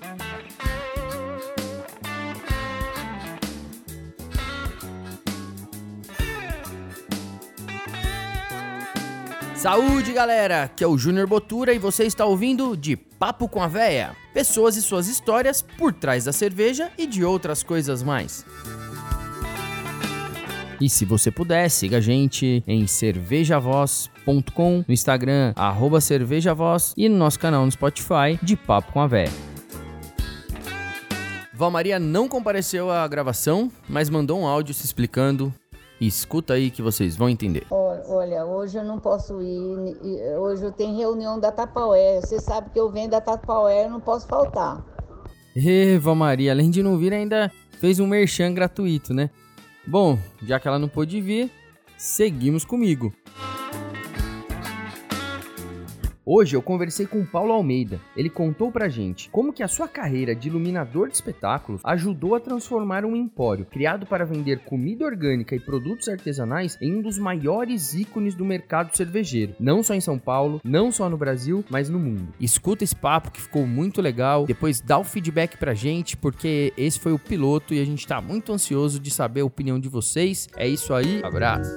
Saúde, galera! Aqui é o Júnior Botura e você está ouvindo De Papo com a Véia. Pessoas e suas histórias por trás da cerveja e de outras coisas mais. E se você puder, siga a gente em cervejavoz.com, no Instagram, @cervejavoz e no nosso canal no Spotify, De Papo com a Véia. Val Maria não compareceu à gravação, mas mandou um áudio se explicando. Escuta aí que vocês vão entender. Olha, hoje eu não posso ir, hoje eu tenho reunião da Tupperware, você sabe que eu venho da Tupperware, eu não posso faltar. Val Maria, além de não vir, ainda fez um merchan gratuito, né? Bom, já que ela não pôde vir, seguimos comigo. Hoje eu conversei com o Paulo Almeida. Ele contou pra gente como que a sua carreira de iluminador de espetáculos ajudou a transformar um empório criado para vender comida orgânica e produtos artesanais em um dos maiores ícones do mercado cervejeiro. Não só em São Paulo, não só no Brasil, mas no mundo. Escuta esse papo que ficou muito legal. Depois dá o feedback pra gente, porque esse foi o piloto e a gente tá muito ansioso de saber a opinião de vocês. É isso aí, abraço!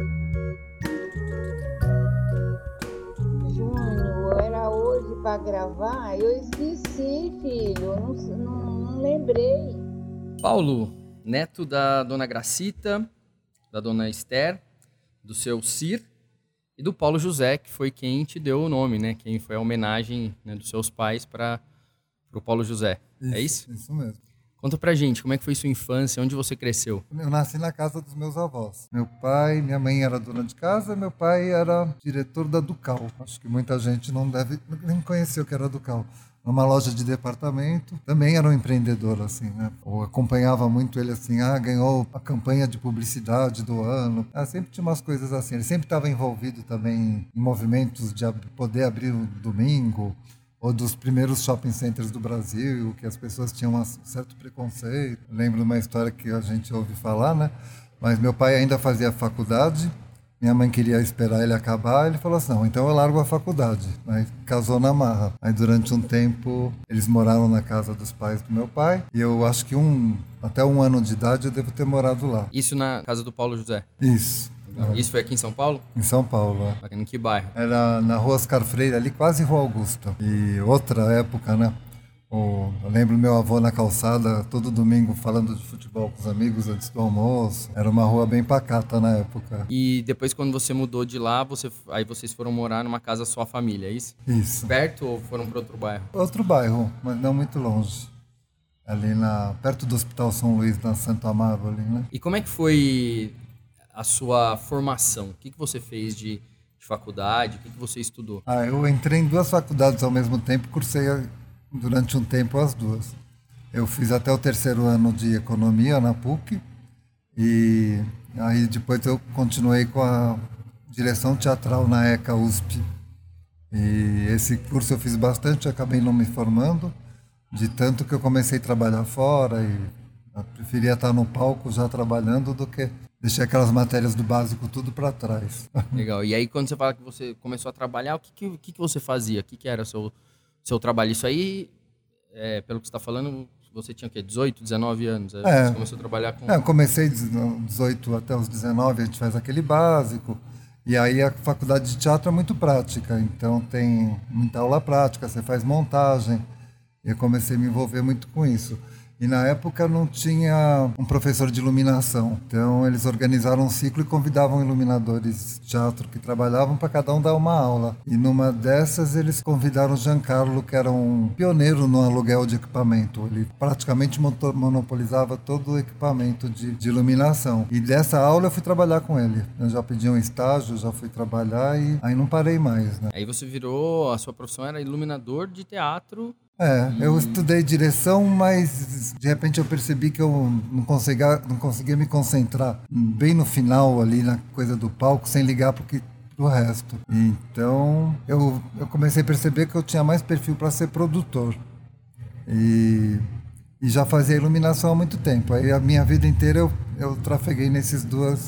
Para gravar, eu esqueci, filho, eu não lembrei. Paulo, neto da dona Gracita, da dona Esther, do seu Cir e do Paulo José, que foi quem te deu o nome, né? Quem foi a homenagem, né, dos seus pais para o Paulo José. É isso? Isso mesmo. Conta pra gente, como é que foi sua infância, onde você cresceu? Eu nasci na casa dos meus avós. Minha mãe era dona de casa, meu pai era diretor da Ducal. Acho que muita gente não deve nem conhecer o que era a Ducal. Uma loja de departamento, também era um empreendedor, assim, né? Eu acompanhava muito ele, assim, ganhou a campanha de publicidade do ano. Sempre tinha umas coisas assim. Ele sempre estava envolvido também em movimentos de poder abrir o domingo, ou dos primeiros shopping centers do Brasil, que as pessoas tinham um certo preconceito. Eu lembro de uma história que a gente ouve falar, né? Mas meu pai ainda fazia faculdade, minha mãe queria esperar ele acabar, ele falou assim, não, então eu largo a faculdade. Aí casou na marra. Aí durante um tempo, eles moraram na casa dos pais do meu pai, e eu acho que até um ano de idade eu devo ter morado lá. Isso na casa do Paulo José? Isso. Isso foi aqui em São Paulo? Em São Paulo, é. Em que bairro? Era na Rua Oscar Freire, ali quase Rua Augusta. E outra época, né? Eu lembro meu avô na calçada, todo domingo, falando de futebol com os amigos antes do almoço. Era uma rua bem pacata na época. E depois, quando você mudou de lá, aí vocês foram morar numa casa sua família, é isso? Isso. Perto ou foram para outro bairro? Outro bairro, mas não muito longe. Ali perto do Hospital São Luís, na Santo Amaro, ali, né? E como é que foi a sua formação? O que você fez de faculdade? O que você estudou? Eu entrei em 2 faculdades ao mesmo tempo, cursei durante um tempo as 2. Eu fiz até o 3º ano de economia na PUC e aí depois eu continuei com a direção teatral na ECA USP. E esse curso eu fiz bastante, acabei não me formando, de tanto que eu comecei a trabalhar fora e eu preferia estar no palco já trabalhando do que deixei aquelas matérias do básico tudo para trás. Legal. E aí, quando você fala que você começou a trabalhar, o que você fazia? O que era o seu trabalho? Isso aí, pelo que você está falando, você tinha o quê? 18, 19 anos? Você começou a trabalhar com... Eu comecei 18 até os 19, a gente faz aquele básico. E aí a faculdade de teatro é muito prática. Então tem muita aula prática, você faz montagem. E eu comecei a me envolver muito com isso. E na época não tinha um professor de iluminação. Então eles organizaram um ciclo e convidavam iluminadores de teatro que trabalhavam para cada um dar uma aula. E numa dessas eles convidaram o Giancarlo, que era um pioneiro no aluguel de equipamento. Ele praticamente monopolizava todo o equipamento de iluminação. E dessa aula eu fui trabalhar com ele. Eu já pedi um estágio, já fui trabalhar e aí não parei mais, né? Aí você virou, a sua profissão era iluminador de teatro. Eu estudei direção, mas de repente eu percebi que eu não conseguia me concentrar bem no final ali na coisa do palco, sem ligar pro resto. Então eu comecei a perceber que eu tinha mais perfil para ser produtor. E já fazia iluminação há muito tempo. Aí a minha vida inteira eu trafeguei nessas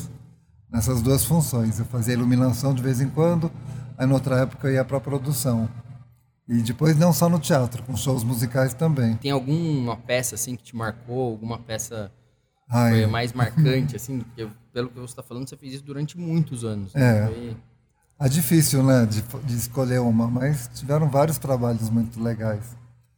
duas funções. Eu fazia iluminação de vez em quando, aí noutra época eu ia para a produção. E depois não só no teatro, com shows musicais também. Tem alguma peça assim que te marcou? Alguma peça que Ai, foi a mais marcante, assim? Porque, pelo que você está falando, você fez isso durante muitos anos. É. Foi... É difícil, né, de escolher uma, mas tiveram vários trabalhos muito legais.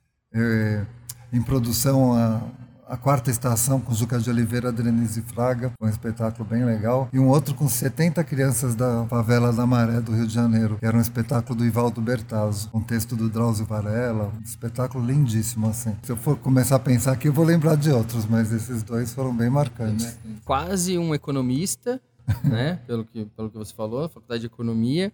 Em produção, a Quarta Estação, com Juca de Oliveira, Denise Fraga, foi um espetáculo bem legal. E um outro com 70 crianças da favela da Maré, do Rio de Janeiro, que era um espetáculo do Ivaldo Bertazzo, com texto do Drauzio Varela. Um espetáculo lindíssimo, assim. Se eu for começar a pensar aqui, eu vou lembrar de outros, mas esses dois foram bem marcantes. Quase um economista, né? Pelo que você falou, Faculdade de Economia,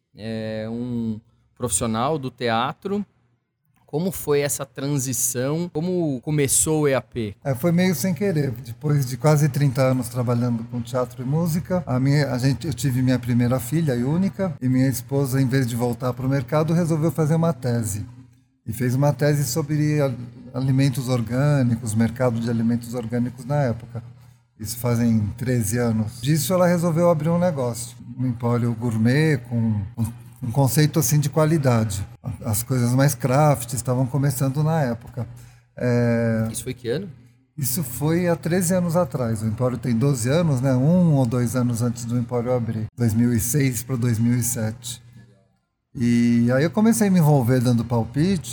um profissional do teatro. Como foi essa transição? Como começou o EAP? Foi meio sem querer. Depois de quase 30 anos trabalhando com teatro e música, eu tive minha primeira filha e única, e minha esposa, em vez de voltar para o mercado, resolveu fazer uma tese. E fez uma tese sobre alimentos orgânicos, mercado de alimentos orgânicos na época. Isso fazem 13 anos. Disso ela resolveu abrir um negócio, um empório gourmet com um conceito assim de qualidade. As coisas mais craft estavam começando na época. Isso foi que ano? Isso foi há 13 anos atrás. O Empório tem 12 anos, né? 1 ou 2 anos antes do Empório abrir. 2006 para 2007. E aí eu comecei a me envolver dando palpite,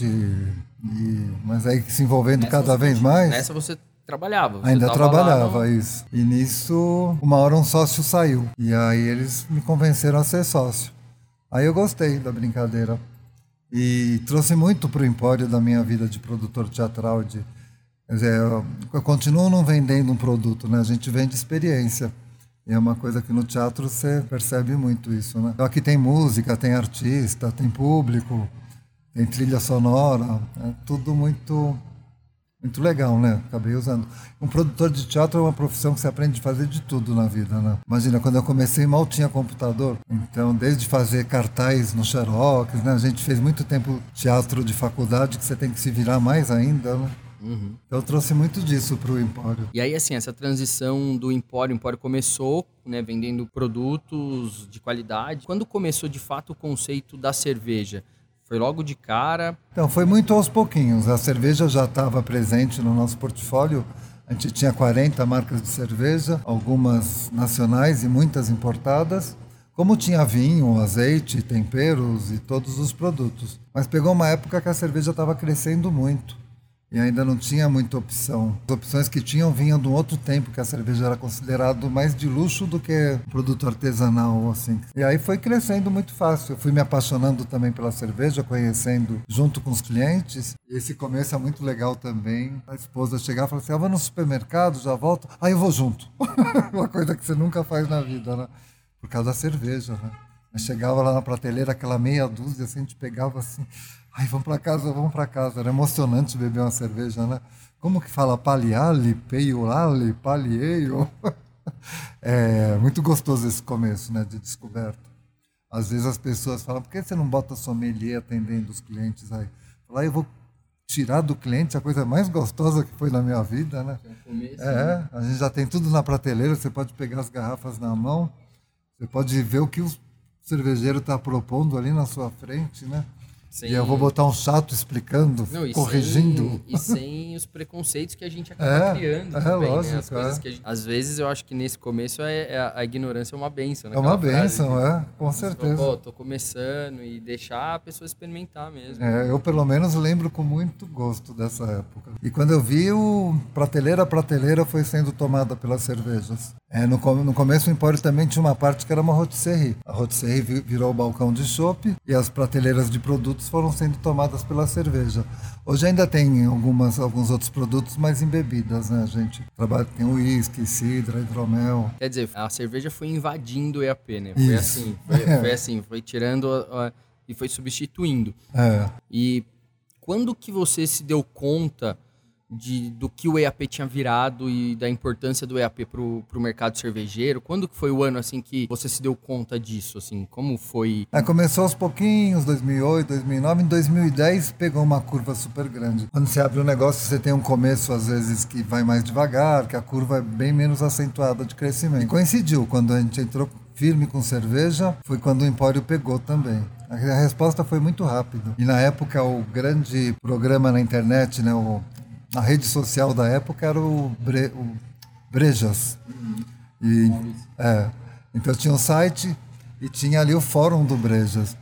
mas aí se envolvendo cada vez mais. Nessa você trabalhava? Você ainda trabalhava, lá, isso. E nisso, uma hora um sócio saiu. E aí eles me convenceram a ser sócio. Aí eu gostei da brincadeira e trouxe muito para o Empório da minha vida de produtor teatral. Quer dizer, eu continuo não vendendo um produto, né? A gente vende experiência. E é uma coisa que no teatro você percebe muito isso, né? Então aqui tem música, tem artista, tem público, tem trilha sonora, é tudo muito legal, né? Acabei usando. Um produtor de teatro é uma profissão que você aprende a fazer de tudo na vida, né? Imagina, quando eu comecei mal tinha computador. Então, desde fazer cartaz no Xerox, né? A gente fez muito tempo teatro de faculdade, que você tem que se virar mais ainda, né? Uhum. Então, eu trouxe muito disso para o Empório. E aí, assim, essa transição do Empório, o Empório começou, né, vendendo produtos de qualidade. Quando começou, de fato, o conceito da cerveja? Foi logo de cara? Então, foi muito aos pouquinhos. A cerveja já estava presente no nosso portfólio. A gente tinha 40 marcas de cerveja, algumas nacionais e muitas importadas. Como tinha vinho, azeite, temperos e todos os produtos. Mas pegou uma época que a cerveja estava crescendo muito. E ainda não tinha muita opção. As opções que tinham vinham de um outro tempo, que a cerveja era considerado mais de luxo do que produto artesanal, assim. E aí foi crescendo muito fácil. Eu fui me apaixonando também pela cerveja, conhecendo junto com os clientes. E esse começo é muito legal também. A esposa chegar e falar assim, eu vou no supermercado, já volto. Aí eu vou junto. Uma coisa que você nunca faz na vida, né? Por causa da cerveja, né? Eu chegava lá na prateleira, aquela meia dúzia, assim, a gente pegava assim... Ai, vamos para casa. Era emocionante beber uma cerveja, né? Como que fala? Paliale, peiulale, palieio. É muito gostoso esse começo, né, de descoberta. Às vezes as pessoas falam, por que você não bota sommelier atendendo os clientes aí? Lá eu vou tirar do cliente a coisa mais gostosa que foi na minha vida, né? A gente já tem tudo na prateleira, você pode pegar as garrafas na mão, você pode ver o que o cervejeiro está propondo ali na sua frente, né? Sim. E eu vou botar um chato explicando, corrigindo. E sem os preconceitos que a gente acaba criando também, lógico, né? As coisas que às vezes eu acho que nesse começo a ignorância é uma bênção, né? É uma bênção, com certeza. Fala, tô começando e deixar a pessoa experimentar mesmo. Eu pelo menos lembro com muito gosto dessa época. E quando eu vi, prateleira a prateleira foi sendo tomada pelas cervejas. No começo o Empório também tinha uma parte que era uma rotisserie. A rotisserie virou o balcão de chopp e as prateleiras de produtos foram sendo tomadas pela cerveja. Hoje ainda tem alguns outros produtos, mas em bebidas, né, gente? Tem uísque, cidra, hidromel. Quer dizer, a cerveja foi invadindo o EAP, né? Isso. Foi assim, foi tirando e foi substituindo. E quando que você se deu conta do que o EAP tinha virado e da importância do EAP pro mercado cervejeiro? Quando que foi o ano assim que você se deu conta disso? Assim, como foi? Começou aos pouquinhos, 2008, 2009. Em 2010 pegou uma curva super grande. Quando você abre um negócio, você tem um começo às vezes que vai mais devagar, que a curva é bem menos acentuada de crescimento. E coincidiu, quando a gente entrou firme com cerveja, foi quando o Empório pegou também. A resposta foi muito rápida. E na época o grande programa na internet, né, a rede social da época era o Brejas. E, então tinha um site e tinha ali o fórum do Brejas.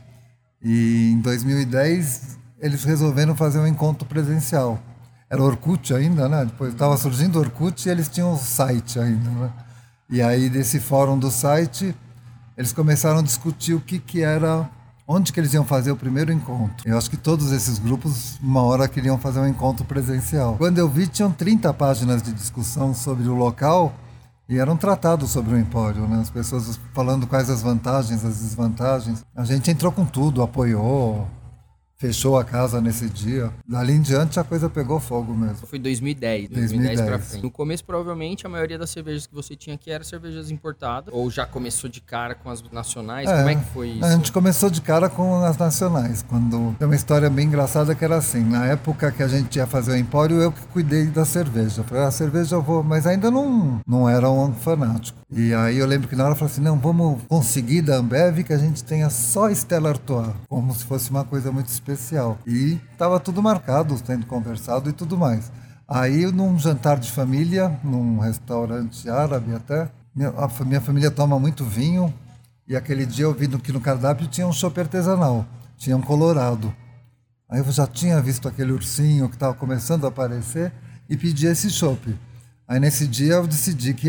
E em 2010 eles resolveram fazer um encontro presencial. Era Orkut ainda, né? Depois estava surgindo Orkut e eles tinham um site ainda, né? E aí desse fórum do site eles começaram a discutir o que era, onde que eles iam fazer o primeiro encontro. Eu acho que todos esses grupos, uma hora, queriam fazer um encontro presencial. Quando eu vi, tinham 30 páginas de discussão sobre o local e era um tratado sobre o Empório, né? As pessoas falando quais as vantagens, as desvantagens. A gente entrou com tudo, apoiou, fechou a casa nesse dia. Dali em diante a coisa pegou fogo mesmo. Foi 2010 pra frente. No começo, provavelmente, a maioria das cervejas que você tinha aqui eram cervejas importadas. Ou já começou de cara com as nacionais? Como é que foi isso? A gente começou de cara com as nacionais. Tem uma história bem engraçada que era assim. Na época que a gente ia fazer o Empório, eu que cuidei da cerveja. Eu falei, a cerveja eu vou... Mas ainda não era um fanático. E aí eu lembro que na hora eu falei assim, não, vamos conseguir da Ambev que a gente tenha só Stella Artois. Como se fosse uma coisa muito especial. E estava tudo marcado, sendo conversado e tudo mais. Aí, num jantar de família, num restaurante árabe até, minha família toma muito vinho, e aquele dia eu vi que no cardápio tinha um chopp artesanal, tinha um colorado. Aí eu já tinha visto aquele ursinho que estava começando a aparecer e pedi esse chopp. Aí nesse dia eu decidi que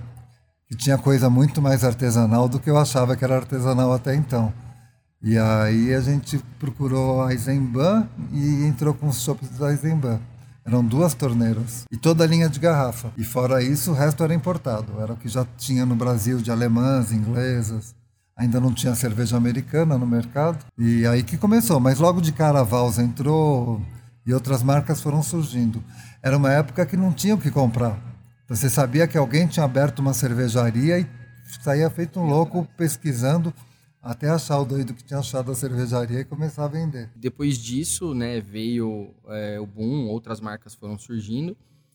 tinha coisa muito mais artesanal do que eu achava que era artesanal até então. E aí a gente procurou a Eisenbahn e entrou com os chopps da Eisenbahn. Eram 2 torneiras e toda a linha de garrafa. E fora isso, o resto era importado. Era o que já tinha no Brasil de alemãs, inglesas. Ainda não tinha cerveja americana no mercado. E aí que começou. Mas logo de cara a Vals entrou e outras marcas foram surgindo. Era uma época que não tinha o que comprar. Você sabia que alguém tinha aberto uma cervejaria e saía feito um louco pesquisando até achar o doido que tinha achado a cervejaria e começar a vender. Depois disso, né, veio o boom, outras marcas foram surgindo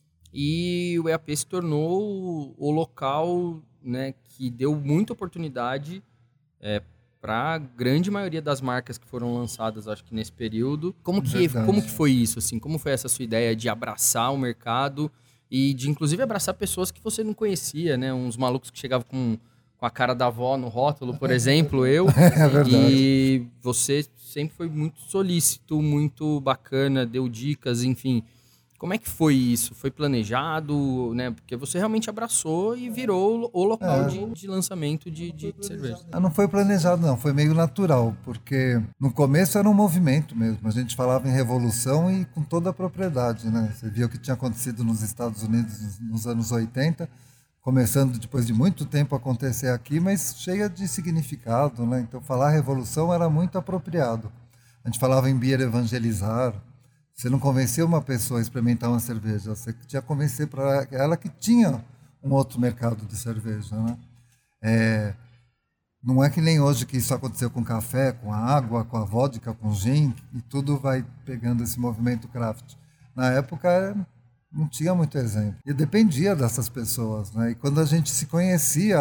e o EAP se tornou o local, né, que deu muita oportunidade para a grande maioria das marcas que foram lançadas, acho que nesse período. Como que foi isso? Assim? Como foi essa sua ideia de abraçar o mercado e de, inclusive, abraçar pessoas que você não conhecia, né? Uns malucos que chegavam com a cara da avó no rótulo, por exemplo, eu. É verdade. E você sempre foi muito solícito, muito bacana, deu dicas, enfim. Como é que foi isso? Foi planejado, né? Porque você realmente abraçou e virou o local de lançamento de cerveja. Não foi planejado, não. Foi meio natural, porque no começo era um movimento mesmo. A gente falava em revolução e com toda a propriedade, né? Você viu o que tinha acontecido nos Estados Unidos nos anos 80, começando depois de muito tempo a acontecer aqui, mas cheia de significado, né? Então falar revolução era muito apropriado. A gente falava em beer evangelizar. Você não convenceu uma pessoa a experimentar uma cerveja, você tinha que convencer para ela que tinha um outro mercado de cerveja, né? Não é que nem hoje que isso aconteceu com café, com a água, com a vodka, com gin, e tudo vai pegando esse movimento craft. Na época não tinha muito exemplo. E dependia dessas pessoas, né? E quando a gente se conhecia,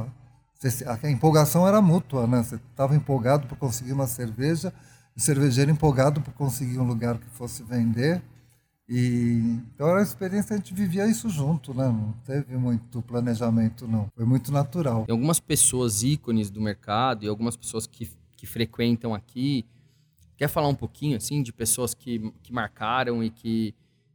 a empolgação era mútua, né? Você estava empolgado por conseguir uma cerveja, o cervejeiro empolgado por conseguir um lugar que fosse vender. E então era uma experiência, a gente vivia isso junto, né? Não teve muito planejamento, não. Foi muito natural. Tem algumas pessoas ícones do mercado e algumas pessoas que frequentam aqui. Quer falar um pouquinho, assim, de pessoas que marcaram e que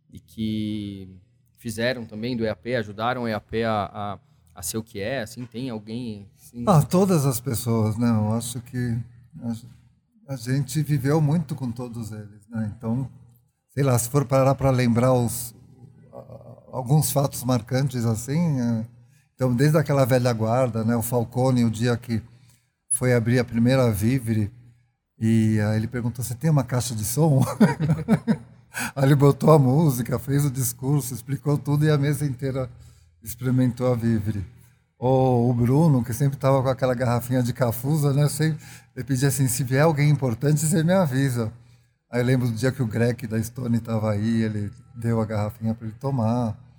fizeram também do EAP, ajudaram o EAP a ser o que é, assim, tem alguém... Assim... Todas as pessoas, né? Eu acho que a gente viveu muito com todos eles, né? Então, sei lá, se for parar para lembrar alguns fatos marcantes, assim, então, desde aquela velha guarda, né? O Falcone, o dia que foi abrir a primeira Vivre, e aí ele perguntou, você tem uma caixa de som? Aí ele botou a música, fez o discurso, explicou tudo e a mesa inteira experimentou a Vivre. Ou o Bruno, que sempre estava com aquela garrafinha de cafusa, né? Ele pedia assim, se vier alguém importante, você me avisa. Aí eu lembro do dia que o Greg da Stone estava aí, ele deu a garrafinha para ele tomar.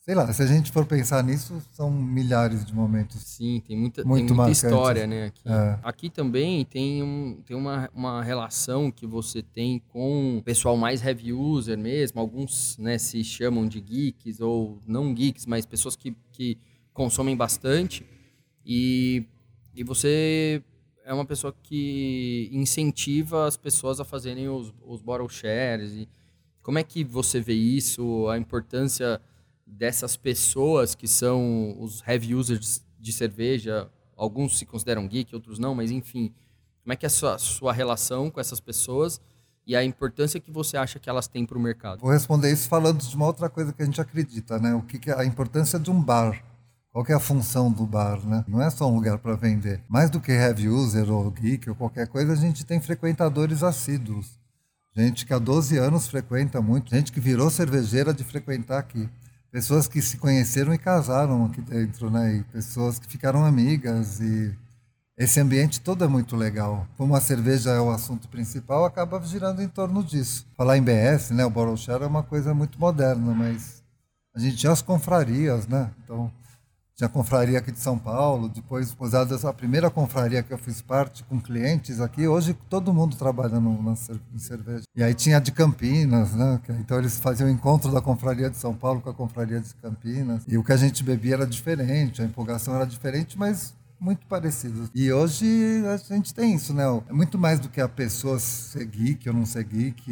sei lá, se a gente for pensar nisso, são milhares de momentos. Sim, tem muita marcantes. História, né? Aqui também tem uma relação que você tem com o pessoal mais heavy user mesmo. Alguns, né, se chamam de geeks ou não geeks, mas pessoas que consomem bastante. E você é uma pessoa que incentiva as pessoas a fazerem os bottle shares. E como é que você vê isso, a importância dessas pessoas que são os heavy users de cerveja? Alguns se consideram geek, outros não, mas enfim, como é que é a sua relação com essas pessoas e a importância que você acha que elas têm para o mercado? Vou responder isso falando de uma outra coisa que a gente acredita, né? O que é a importância de um bar? Qual que é a função do bar, né? Não é só um lugar para vender. Mais do que heavy user ou geek ou qualquer coisa, a gente tem frequentadores assíduos. Gente que há 12 anos frequenta muito, gente que virou cervejeira de frequentar aqui. Pessoas que se conheceram e casaram aqui dentro, né? E pessoas que ficaram amigas, e esse ambiente todo é muito legal. Como a cerveja é o assunto principal, acaba girando em torno disso. Falar em BS, né? O bottle share é uma coisa muito moderna, mas a gente tinha as confrarias, né? Então, tinha a confraria aqui de São Paulo, depois a primeira confraria que eu fiz parte com clientes aqui, hoje todo mundo trabalha em cerveja. E aí tinha a de Campinas, né? Então eles faziam o encontro da confraria de São Paulo com a confraria de Campinas. E o que a gente bebia era diferente, a empolgação era diferente, mas muito parecido. E hoje a gente tem isso, né? É muito mais do que a pessoa ser geek ou não ser geek,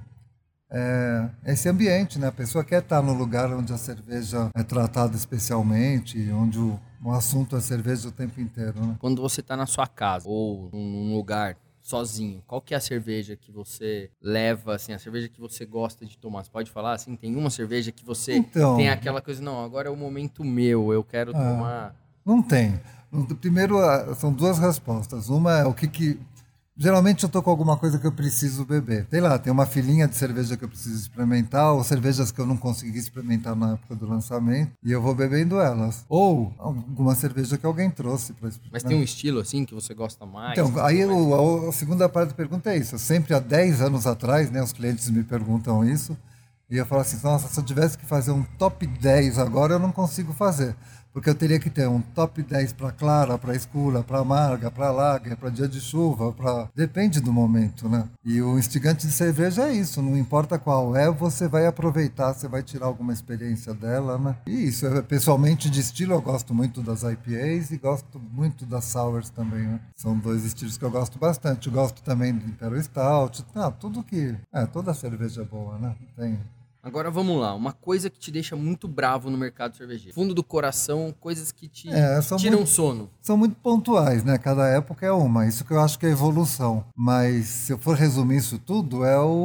esse ambiente, né? A pessoa quer estar no lugar onde a cerveja é tratada especialmente, onde o assunto é cerveja o tempo inteiro, né? Quando você está na sua casa ou num lugar sozinho, qual que é a cerveja que você leva, assim, a cerveja que você gosta de tomar? Você pode falar, assim, tem uma cerveja que você tem aquela coisa, não, agora é o momento meu, eu quero tomar... Não tem. Primeiro, são duas respostas. Uma é o que... Geralmente eu tô com alguma coisa que eu preciso beber. Sei lá, tem uma filinha de cerveja que eu preciso experimentar, ou cervejas que eu não consegui experimentar na época do lançamento, e eu vou bebendo elas. Ou alguma cerveja que alguém trouxe para experimentar. Mas tem um estilo assim que você gosta mais? Então, aí a segunda parte da pergunta é isso. Eu sempre, há 10 anos atrás, né, os clientes me perguntam isso, e eu falo assim, nossa, se eu tivesse que fazer um top 10 agora, eu não consigo fazer. Porque eu teria que ter um top 10 para clara, para escura, para amarga, para lager, para dia de chuva, depende do momento, né? E o instigante de cerveja é isso, não importa qual é, você vai aproveitar, você vai tirar alguma experiência dela, né? E isso, pessoalmente de estilo eu gosto muito das IPAs e gosto muito das Sours também, né? São dois estilos que eu gosto bastante. Eu gosto também do Imperial Stout, tudo que... toda cerveja é boa, né? Tem... Agora vamos lá, uma coisa que te deixa muito bravo no mercado cervejeiro. Fundo do coração, coisas que te tiram sono. São muito pontuais, né? Cada época é uma. Isso que eu acho que é evolução. Mas se eu for resumir isso tudo,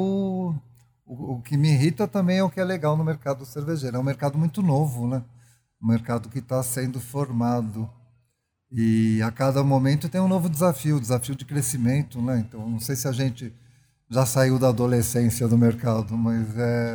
o que me irrita também é o que é legal no mercado cervejeiro. É um mercado muito novo, né? Um mercado que está sendo formado. E a cada momento tem um novo desafio de crescimento, né? Então, não sei se a gente já saiu da adolescência do mercado, mas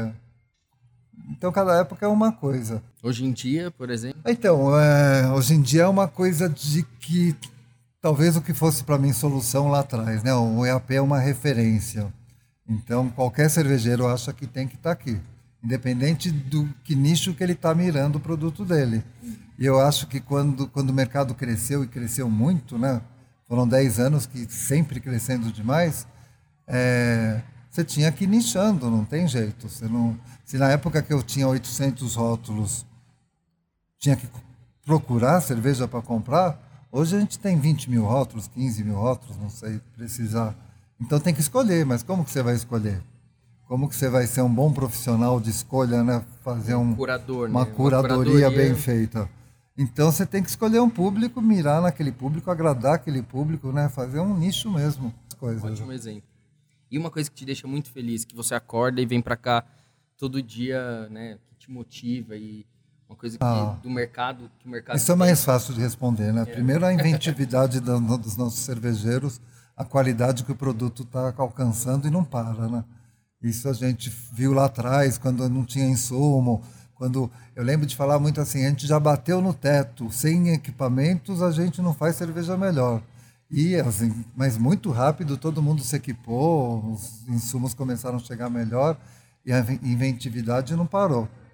Então, cada época é uma coisa. Hoje em dia, por exemplo? Então, hoje em dia é uma coisa de que talvez o que fosse para mim solução lá atrás, né? O EAP é uma referência. Então, qualquer cervejeiro acha que tem que estar aqui, independente do que nicho que ele está mirando o produto dele. E eu acho que quando o mercado cresceu, e cresceu muito, né? Foram 10 anos que sempre crescendo demais, você tinha que ir nichando, não tem jeito. Se na época que eu tinha 800 rótulos, tinha que procurar cerveja para comprar, hoje a gente tem 20 mil rótulos, 15 mil rótulos, não sei precisar. Então tem que escolher, mas como que você vai escolher? Como que você vai ser um bom profissional de escolha, né? Fazer curador, uma curadoria bem feita. Então você tem que escolher um público, mirar naquele público, agradar aquele público, né? Fazer um nicho mesmo. Ótimo exemplo. E uma coisa que te deixa muito feliz, que você acorda e vem para cá todo dia, né? Que te motiva e uma coisa do mercado, que o mercado... Isso é mais fácil de responder, né? Primeiro a inventividade dos nossos cervejeiros, a qualidade que o produto está alcançando e não para, né? Isso a gente viu lá atrás, quando não tinha insumo, quando eu lembro de falar muito assim, a gente já bateu no teto, sem equipamentos a gente não faz cerveja melhor. E assim, mas muito rápido todo mundo se equipou, os insumos começaram a chegar melhor e a inventividade não parou.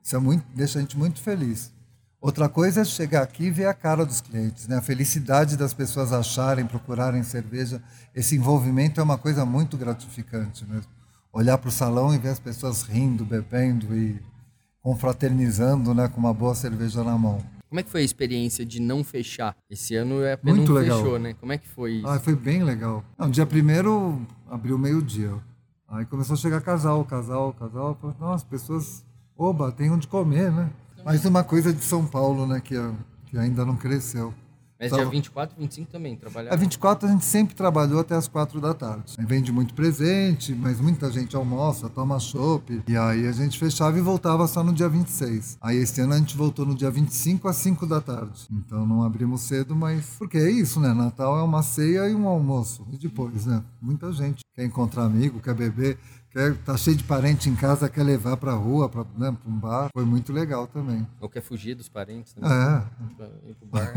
Isso deixa a gente muito feliz. Outra coisa é chegar aqui e ver a cara dos clientes, né? A felicidade das pessoas acharem, procurarem cerveja. Esse envolvimento é uma coisa muito gratificante mesmo. Olhar para o salão e ver as pessoas rindo, bebendo e confraternizando, né, com uma boa cerveja na mão. Como é que foi a experiência de não fechar? Esse ano a AP Muito não legal. fechou, né? Como é que foi isso? Foi bem legal. Não, dia 1º abriu meio-dia. Aí começou a chegar casal. Falei, nossa, pessoas, oba, tem onde comer, né? Mais uma coisa de São Paulo, né, que ainda não cresceu. Mas dia 24 e 25 também trabalhava? A 24 a gente sempre trabalhou até as 4 da tarde. Aí vende muito presente, mas muita gente almoça, toma chopp. E aí a gente fechava e voltava só no dia 26. Aí esse ano a gente voltou no dia 25 às 5 da tarde. Então não abrimos cedo, mas... Porque é isso, né? Natal é uma ceia e um almoço. E depois, né? Muita gente quer encontrar amigo, quer beber, tá cheio de parente em casa, quer levar pra rua, pra um bar. Foi muito legal também. Ou quer fugir dos parentes também. Ir pro bar.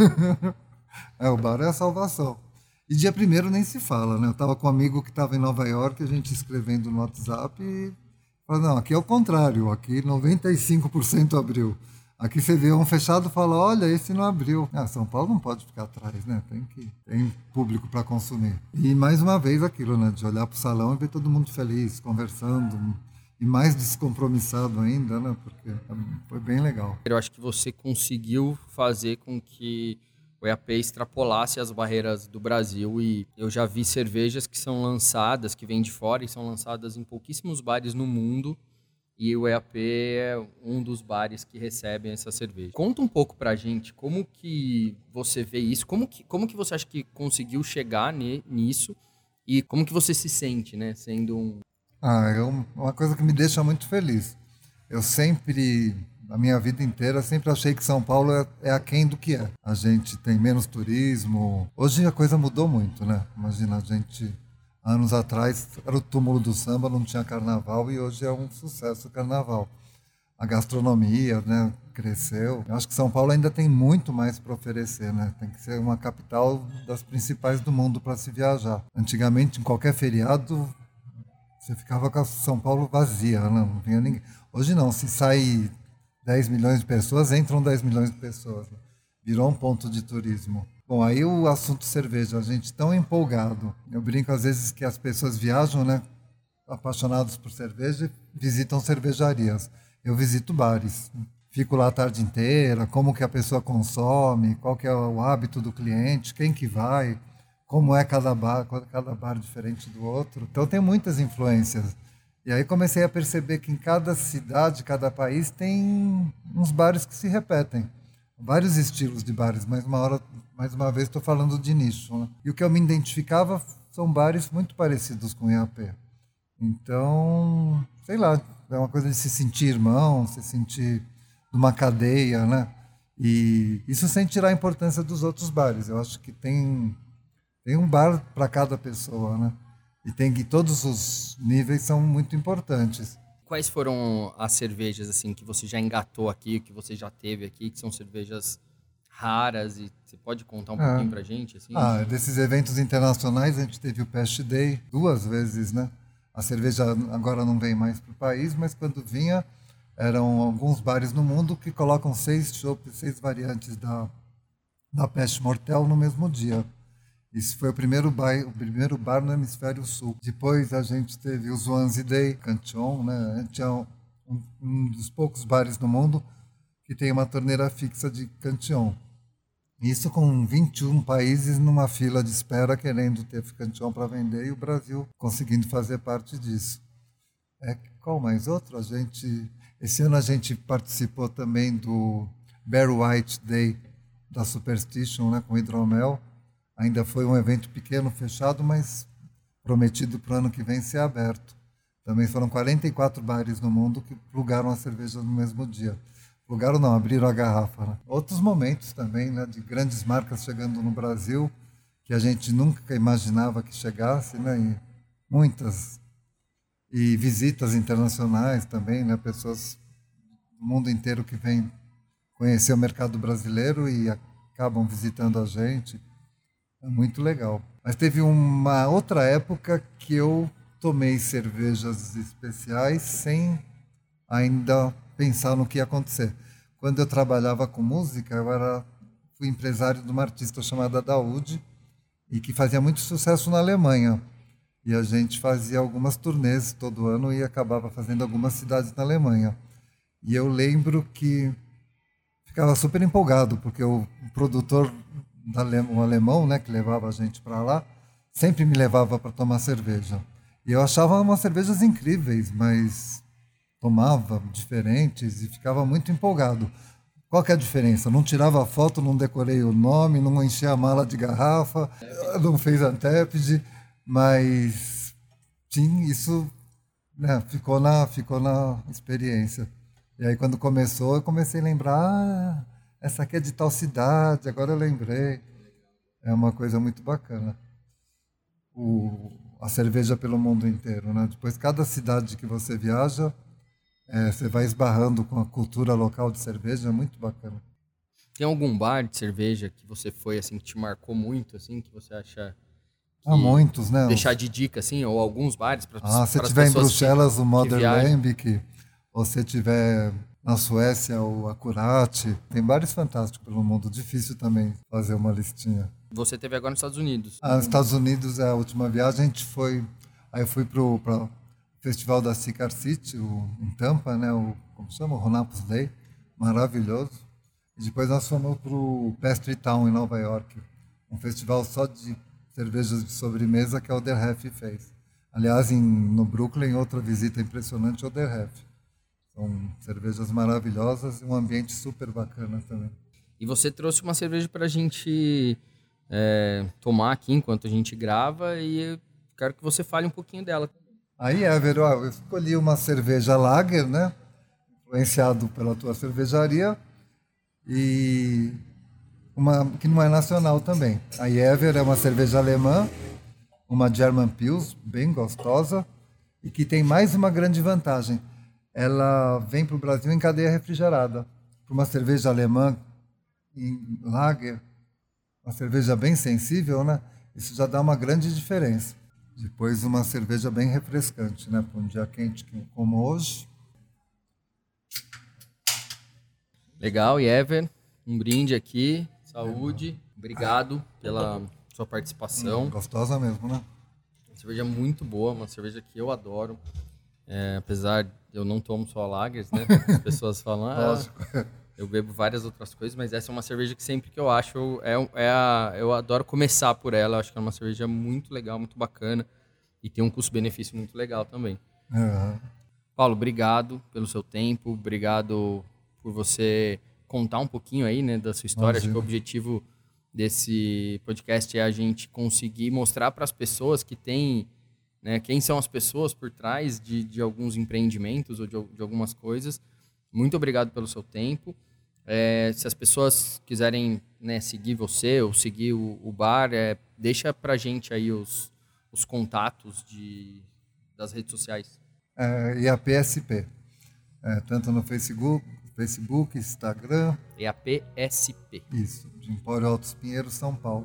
O bar é a salvação. E dia 1º nem se fala, né? Eu estava com um amigo que estava em Nova York, a gente escrevendo no WhatsApp e falou, não, aqui é o contrário, aqui 95% abriu. Aqui você vê um fechado e fala, olha, esse não abriu. São Paulo não pode ficar atrás, né? Tem público para consumir. E mais uma vez aquilo, né? De olhar para o salão e ver todo mundo feliz, conversando, e mais descompromissado ainda, né? Porque foi bem legal. Eu acho que você conseguiu fazer com que o EAP extrapolasse as barreiras do Brasil, e eu já vi cervejas que são lançadas, que vêm de fora e são lançadas em pouquíssimos bares no mundo, e o EAP é um dos bares que recebem essa cerveja. Conta um pouco pra gente como que você vê isso, como que você acha que conseguiu chegar nisso, e como que você se sente, né, sendo um... É uma coisa que me deixa muito feliz. Eu sempre... A minha vida inteira, sempre achei que São Paulo é aquém do que é. A gente tem menos turismo. Hoje a coisa mudou muito, né? Imagina, a gente, anos atrás, era o túmulo do samba, não tinha carnaval, e hoje é um sucesso o carnaval. A gastronomia, né, cresceu. Eu acho que São Paulo ainda tem muito mais para oferecer, né? Tem que ser uma capital das principais do mundo para se viajar. Antigamente, em qualquer feriado, você ficava com a São Paulo vazia, né? Não vinha ninguém. Hoje não, se sai 10 milhões de pessoas, entram 10 milhões de pessoas. Né? Virou um ponto de turismo. Bom, aí o assunto cerveja, a gente tão empolgado. Eu brinco às vezes que as pessoas viajam, né, apaixonados por cerveja, e visitam cervejarias. Eu visito bares. Fico lá a tarde inteira, como que a pessoa consome, qual que é o hábito do cliente, quem que vai, como é cada bar diferente do outro. Então tem muitas influências. E aí comecei a perceber que em cada cidade, cada país, tem uns bares que se repetem. Vários estilos de bares, mais uma vez estou falando de nicho. Né? E o que eu me identificava são bares muito parecidos com o IAP. Então, sei lá, é uma coisa de se sentir irmão, se sentir numa cadeia, né? E isso sem tirar a importância dos outros bares. Eu acho que tem um bar para cada pessoa, né? E tem que todos os níveis são muito importantes. Quais foram as cervejas assim que você já engatou aqui, que você já teve aqui, que são cervejas raras, e você pode contar um pouquinho pra gente? Assim? Desses eventos internacionais a gente teve o Pest Day 2 vezes, né? A cerveja agora não vem mais para o país, mas quando vinha, eram alguns bares no mundo que colocam 6 variantes da Peste Mortel no mesmo dia. Isso foi o primeiro bar no hemisfério sul. Depois a gente teve o Swansea Day, Cantillon, né? A gente é um dos poucos bares no mundo que tem uma torneira fixa de Cantillon. Isso com 21 países numa fila de espera querendo ter Cantillon para vender, e o Brasil conseguindo fazer parte disso. Qual mais outro? Esse ano a gente participou também do Barry White Day da Superstition, né? Com hidromel. Ainda foi um evento pequeno, fechado, mas prometido para o ano que vem ser aberto. Também foram 44 bares no mundo que plugaram a cerveja no mesmo dia. Plugaram não, abriram a garrafa. Né? Outros momentos também, né, de grandes marcas chegando no Brasil, que a gente nunca imaginava que chegasse, né, e muitas. E visitas internacionais também, né, pessoas do mundo inteiro que vêm conhecer o mercado brasileiro e acabam visitando a gente. É muito legal. Mas teve uma outra época que eu tomei cervejas especiais sem ainda pensar no que ia acontecer. Quando eu trabalhava com música, fui empresário de uma artista chamada Daoud, e que fazia muito sucesso na Alemanha. E a gente fazia algumas turnês todo ano e acabava fazendo algumas cidades na Alemanha. E eu lembro que ficava super empolgado, porque o produtor, um alemão, né, que levava a gente para lá, sempre me levava para tomar cerveja. E eu achava umas cervejas incríveis, mas tomava diferentes e ficava muito empolgado. Qual que é a diferença? Não tirava foto, não decorei o nome, não enchia a mala de garrafa, não fez Antepid, mas sim, isso, né, ficou na experiência. E aí quando começou, eu comecei a lembrar, essa aqui é de tal cidade, agora eu lembrei. É uma coisa muito bacana. A cerveja pelo mundo inteiro, né? Depois, cada cidade que você viaja, você vai esbarrando com a cultura local de cerveja, é muito bacana. Tem algum bar de cerveja que você foi, assim, que te marcou muito, assim, que você acha... Há muitos, né? Deixar de dica, assim, ou alguns bares para se você estiver em Bruxelas, o Modern Lambic, ou se estiver na Suécia, o Acurate. Tem bares fantásticos pelo mundo, difícil também fazer uma listinha. Você teve agora nos Estados Unidos. Nos Estados Unidos, a última viagem, a gente foi... Aí eu fui para o Festival da Cigar City, em Tampa, né? Como chama? O Ronapos Day. Maravilhoso. E depois nós fomos para o Pastry Town, em Nova York. Um festival só de cervejas de sobremesa que a Oderhef fez. Aliás, no Brooklyn, outra visita impressionante, Oderhef. São cervejas maravilhosas e um ambiente super bacana também. E você trouxe uma cerveja para a gente tomar aqui enquanto a gente grava, e eu quero que você fale um pouquinho dela. Aí, Ever, eu escolhi uma cerveja Lager, né? Influenciado pela tua cervejaria, e uma que não é nacional também. A Jever é uma cerveja alemã, uma German Pils, bem gostosa, e que tem mais uma grande vantagem. Ela vem para o Brasil em cadeia refrigerada. Para uma cerveja alemã em Lager, uma cerveja bem sensível, né? Isso já dá uma grande diferença. Depois, uma cerveja bem refrescante, né? Para um dia quente como hoje. Legal, Jever. Um brinde aqui. Saúde. Obrigado pela sua participação. Gostosa mesmo, né? Uma cerveja muito boa, uma cerveja que eu adoro. Apesar de eu não tomo só lagers, né? As pessoas falam, eu bebo várias outras coisas, mas essa é uma cerveja que sempre que eu acho, eu adoro começar por ela. Eu acho que é uma cerveja muito legal, muito bacana, e tem um custo-benefício muito legal também. Uhum. Paulo, obrigado pelo seu tempo, obrigado por você contar um pouquinho aí, né, da sua história. Acho que o objetivo desse podcast é a gente conseguir mostrar para as pessoas que tem, né, quem são as pessoas por trás de alguns empreendimentos ou de algumas coisas. Muito obrigado pelo seu tempo. Se as pessoas quiserem, né, seguir você ou seguir o bar, deixa pra gente aí os contatos das redes sociais. E a PSP, tanto no Facebook, Instagram. É a PSP. Isso, de Empório Altos Pinheiros, São Paulo.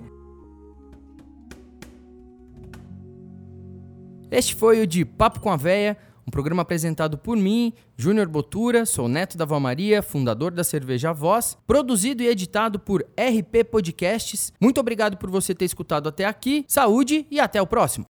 Este foi o de Papo com a Véia, um programa apresentado por mim, Júnior Botura, sou neto da Vó Maria, fundador da Cerveja Voz, produzido e editado por RP Podcasts. Muito obrigado por você ter escutado até aqui, saúde e até o próximo!